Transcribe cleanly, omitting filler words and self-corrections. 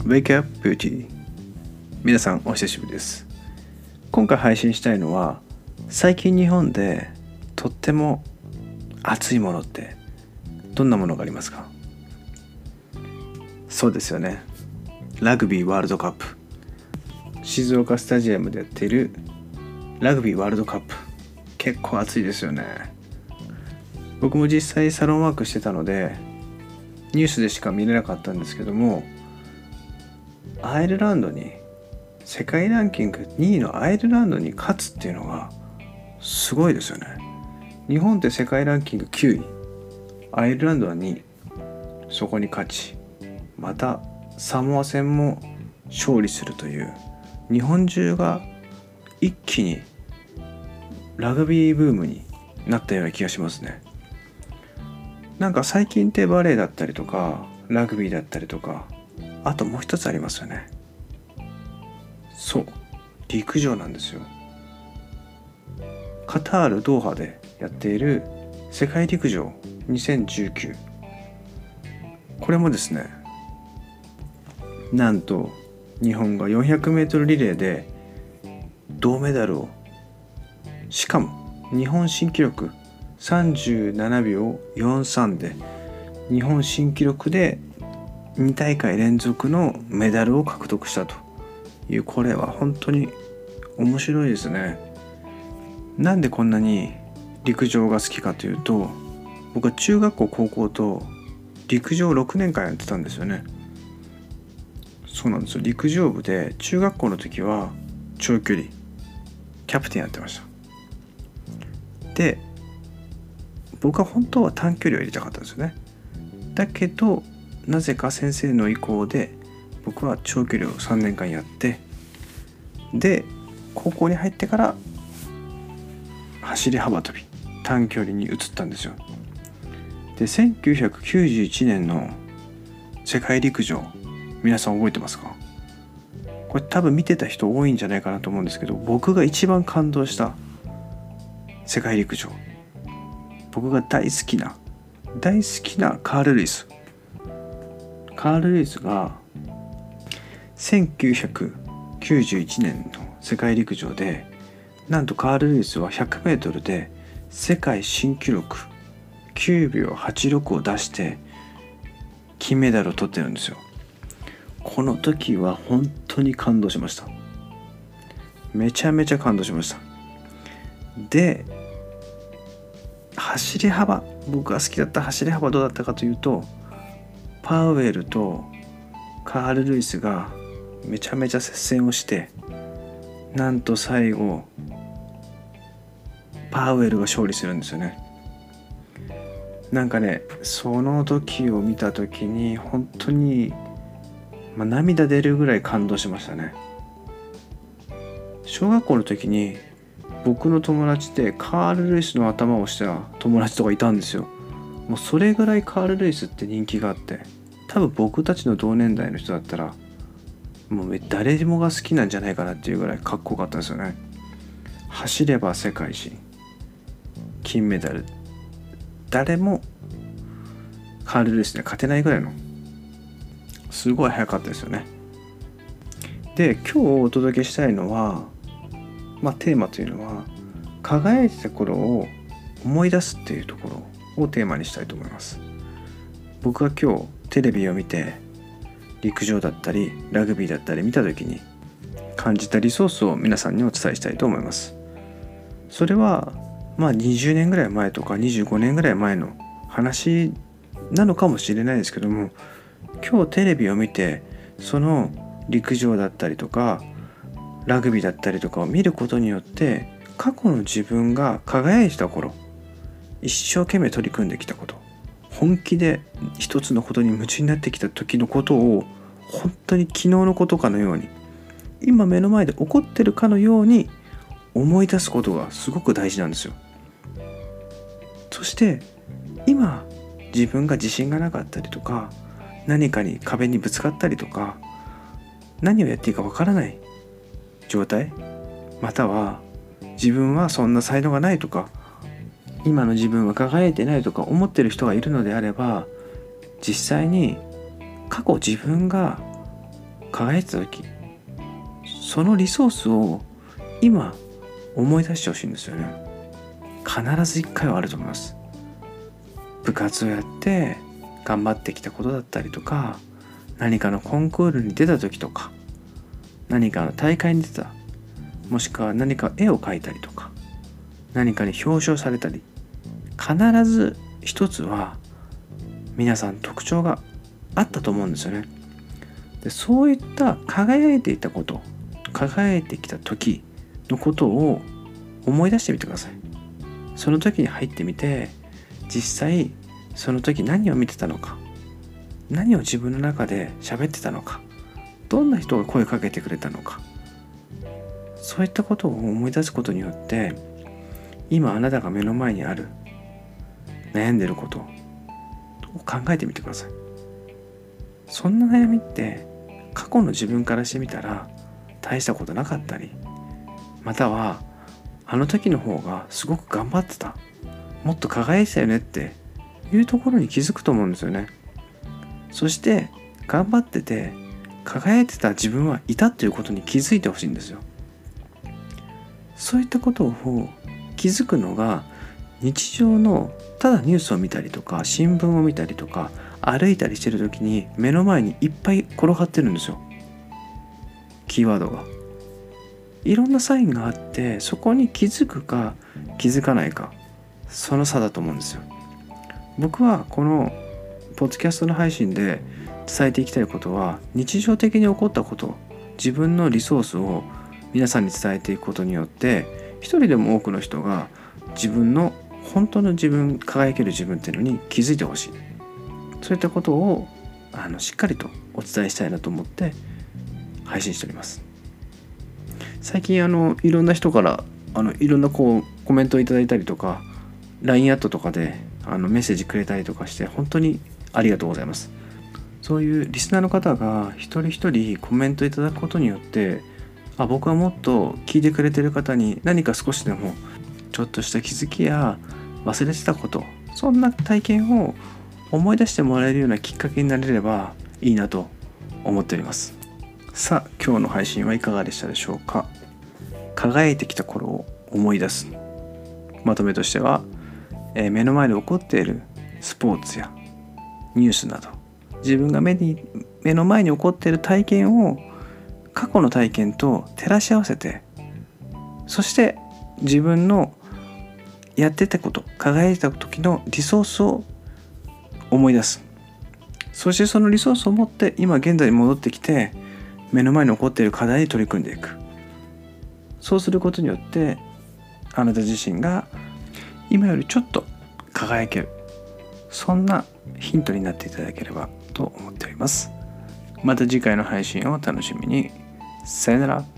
Wake Up Beauty。 皆さんお久しぶりです。今回配信したいのは、最近日本でとっても熱いものってどんなものがありますか？そうですよね、ラグビーワールドカップ。静岡スタジアムでやっているラグビーワールドカップ、結構熱いですよね。僕も実際サロンワークしてたのでニュースでしか見れなかったんですけども、アイルランドに、世界ランキング2位のアイルランドに勝つっていうのがすごいですよね。日本って世界ランキング9位、アイルランドは2位、そこに勝ち、またサモア戦も勝利するという、日本中が一気にラグビーブームになったような気がしますね。なんか最近ってバレーだったりとかラグビーだったりとか、あともう一つありますよね。そう、陸上なんですよ。カタールドーハでやっている世界陸上2019、これもですね、なんと日本が 400m リレーで銅メダルを、しかも日本新記録37秒43で日本新記録で2大会連続のメダルを獲得したという、これは本当に面白いですね。なんでこんなに陸上が好きかというと、僕は中学校高校と陸上6年間やってたんですよね。そうなんですよ、陸上部で中学校の時は長距離キャプテンやってました。で、僕は本当は短距離を入れたかったんですよね。だけどなぜか先生の意向で僕は長距離を3年間やって、で高校に入ってから走り幅跳び短距離に移ったんですよ。で、1991年の世界陸上、皆さん覚えてますか？これ多分見てた人多いんじゃないかなと思うんですけど、僕が一番感動した世界陸上、僕が大好きなカール・ルイスが1991年の世界陸上で、なんとカール・ルイスは 100m で世界新記録9秒86を出して金メダルを取ってるんですよ。この時は本当に感動しました。めちゃめちゃ感動しました。で、走り幅、僕が好きだった走り幅どうだったかというと、パウエルとカール・ルイスがめちゃめちゃ接戦をして、なんと最後パウエルが勝利するんですよね。なんかね、その時を見た時に本当に、涙出るぐらい感動しましたね。小学校の時に僕の友達でカール・ルイスの頭をした友達とかいたんですよ。もうそれぐらいカール・ルイスって人気があって、多分僕たちの同年代の人だったらもう誰もが好きなんじゃないかなっていうぐらいかっこよかったですよね。走れば世界一、金メダル、誰もカール・ルイスには勝てないぐらいのすごい速かったですよね。で、今日お届けしたいのは、テーマというのは、輝いてた頃を思い出すっていうところをテーマにしたいと思います。僕が今日テレビを見て陸上だったりラグビーだったり見た時に感じたリソースを皆さんにお伝えしたいと思います。それは20年ぐらい前とか25年ぐらい前の話なのかもしれないですけども、今日テレビを見てその陸上だったりとかラグビーだったりとかを見ることによって、過去の自分が輝いてた頃、一生懸命取り組んできたこと、本気で一つのことに夢中になってきた時のことを、本当に昨日のことかのように、今目の前で起こってるかのように思い出すことがすごく大事なんですよ。そして今自分が自信がなかったりとか、何かに壁にぶつかったりとか、何をやっていいかわからない状態、または自分はそんな才能がないとか、今の自分は輝いてないとか思ってる人がいるのであれば、実際に過去自分が輝いてた時、そのリソースを今思い出してほしいんですよね。必ず一回はあると思います。部活をやって頑張ってきたことだったりとか、何かのコンクールに出た時とか、何かの大会に出た、もしくは何か絵を描いたりとか、何かに表彰されたり、必ず一つは皆さん特徴があったと思うんですよね。で、そういった輝いていたこと、輝いてきた時のことを思い出してみてください。その時に入ってみて、実際その時何を見てたのか、何を自分の中で喋ってたのか、どんな人が声かけてくれたのか、そういったことを思い出すことによって、今あなたが目の前にある悩んでることを考えてみてください。そんな悩みって過去の自分からしてみたら大したことなかったり、またはあの時の方がすごく頑張ってた、もっと輝いてたよねっていうところに気づくと思うんですよね。そして頑張ってて輝いてた自分はいたということに気づいてほしいんですよ。そういったことを気づくのが、日常のただニュースを見たりとか新聞を見たりとか歩いたりしてる時に目の前にいっぱい転がってるんですよ。キーワードがいろんなサインがあって、そこに気づくか気づかないか、その差だと思うんですよ。僕はこのポッドキャストの配信で伝えていきたいことは、日常的に起こったこと、自分のリソースを皆さんに伝えていくことによって、一人でも多くの人が自分の本当の自分、輝ける自分っていうのに気づいてほしい。そういったことをしっかりとお伝えしたいなと思って配信しております。最近いろんな人からいろんなコメントをいただいたりとか、 LINE アットとかでメッセージくれたりとかして、本当にありがとうございます。そういうリスナーの方が一人一人コメントいただくことによって、僕はもっと聞いてくれてる方に何か少しでもちょっとした気づきや忘れてたこと、そんな体験を思い出してもらえるようなきっかけになれればいいなと思っております。さあ、今日の配信はいかがでしたでしょうか。輝いてきた頃を思い出す。まとめとしては、目の前で起こっているスポーツやニュースなど、自分が目の前に起こっている体験を過去の体験と照らし合わせて、そして自分のやってたこと、輝いた時のリソースを思い出す。そしてそのリソースを持って今現在に戻ってきて、目の前に起こっている課題に取り組んでいく。そうすることによってあなた自身が今よりちょっと輝ける、そんなヒントになっていただければと思っております。また次回の配信を楽しみに。さよなら。